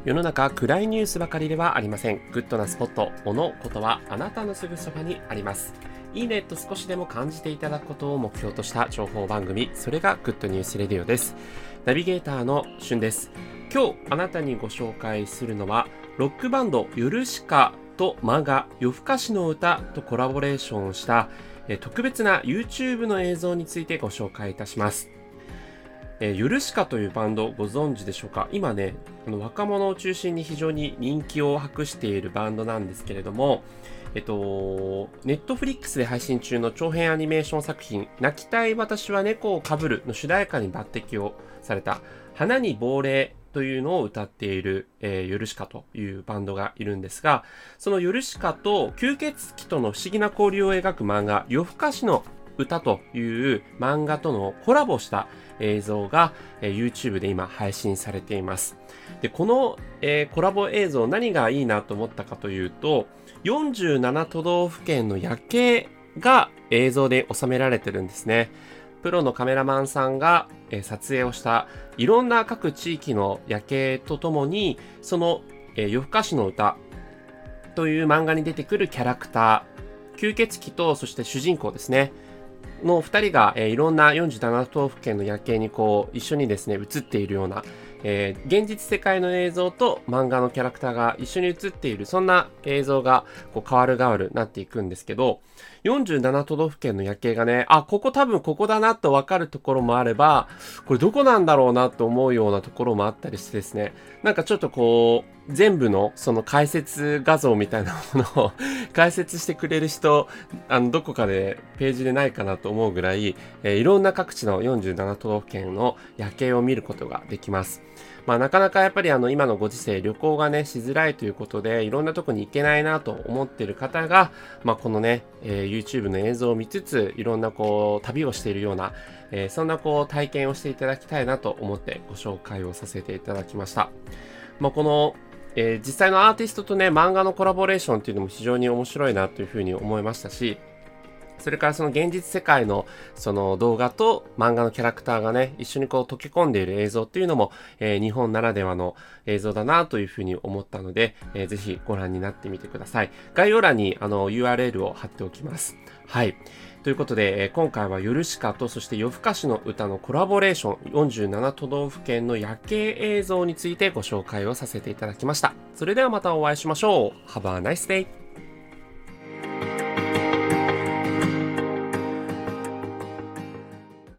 世の中暗いニュースばかりではありません。グッドなスポット、おのことはあなたのすぐそばにあります。いいねと少しでも感じていただくことを目標とした情報番組、それがグッドニュースレディオです。ナビゲーターのしゅんです。今日あなたにご紹介するのは、ロックバンドヨルシカと漫画夜更かしの歌とコラボレーションをした特別な YouTube の映像についてご紹介いたします。ヨルシカというバンドご存知でしょうか。今ね、若者を中心に非常に人気を博しているバンドなんですけれども、ネットフリックスで配信中の長編アニメーション作品、泣きたい私は猫をかぶるの主題歌に抜擢をされた花に亡霊というのを歌っている、ヨルシカというバンドがいるんですが、そのヨルシカと吸血鬼との不思議な交流を描く漫画、夜更かしの歌という漫画とのコラボした映像が、YouTube で今配信されています。で、この、コラボ映像何がいいなと思ったかというと、47都道府県の夜景が映像で収められてるんですね。プロのカメラマンさんが、撮影をしたいろんな各地域の夜景とともに、その、夜更かしの歌という漫画に出てくるキャラクター、吸血鬼とそして主人公ですね。の2人が、いろんな47都道府県の夜景に一緒にですね、映っているような、現実世界の映像と漫画のキャラクターが一緒に映っている、そんな映像が変わる変わるなっていくんですけど、47都道府県の夜景がね、ここ多分ここだなと分かるところもあれば、これどこなんだろうなと思うようなところもあったりしてですね、なんかちょっと全部のその解説画像みたいなものを解説してくれる人、どこかでページでないかなと思うぐらい、いろんな各地の47都道府県の夜景を見ることができます。なかなかやっぱり今のご時世旅行がねしづらいということでいろんなとこに行けないなと思っている方が、このね、YouTube の映像を見つついろんな旅をしているような、そんな体験をしていただきたいなと思ってご紹介をさせていただきました。この実際のアーティストとね漫画のコラボレーションっていうのも非常に面白いなというふうに思いましたし、それからその現実世界のその動画と漫画のキャラクターがね一緒に溶け込んでいる映像っていうのも、日本ならではの映像だなというふうに思ったので、ぜひご覧になってみてください。概要欄にURL を貼っておきます。はい。ということで、今回はヨルシカとそして夜更かしの歌のコラボレーション47都道府県の夜景映像についてご紹介をさせていただきました。それではまたお会いしましょう。Have a nice day!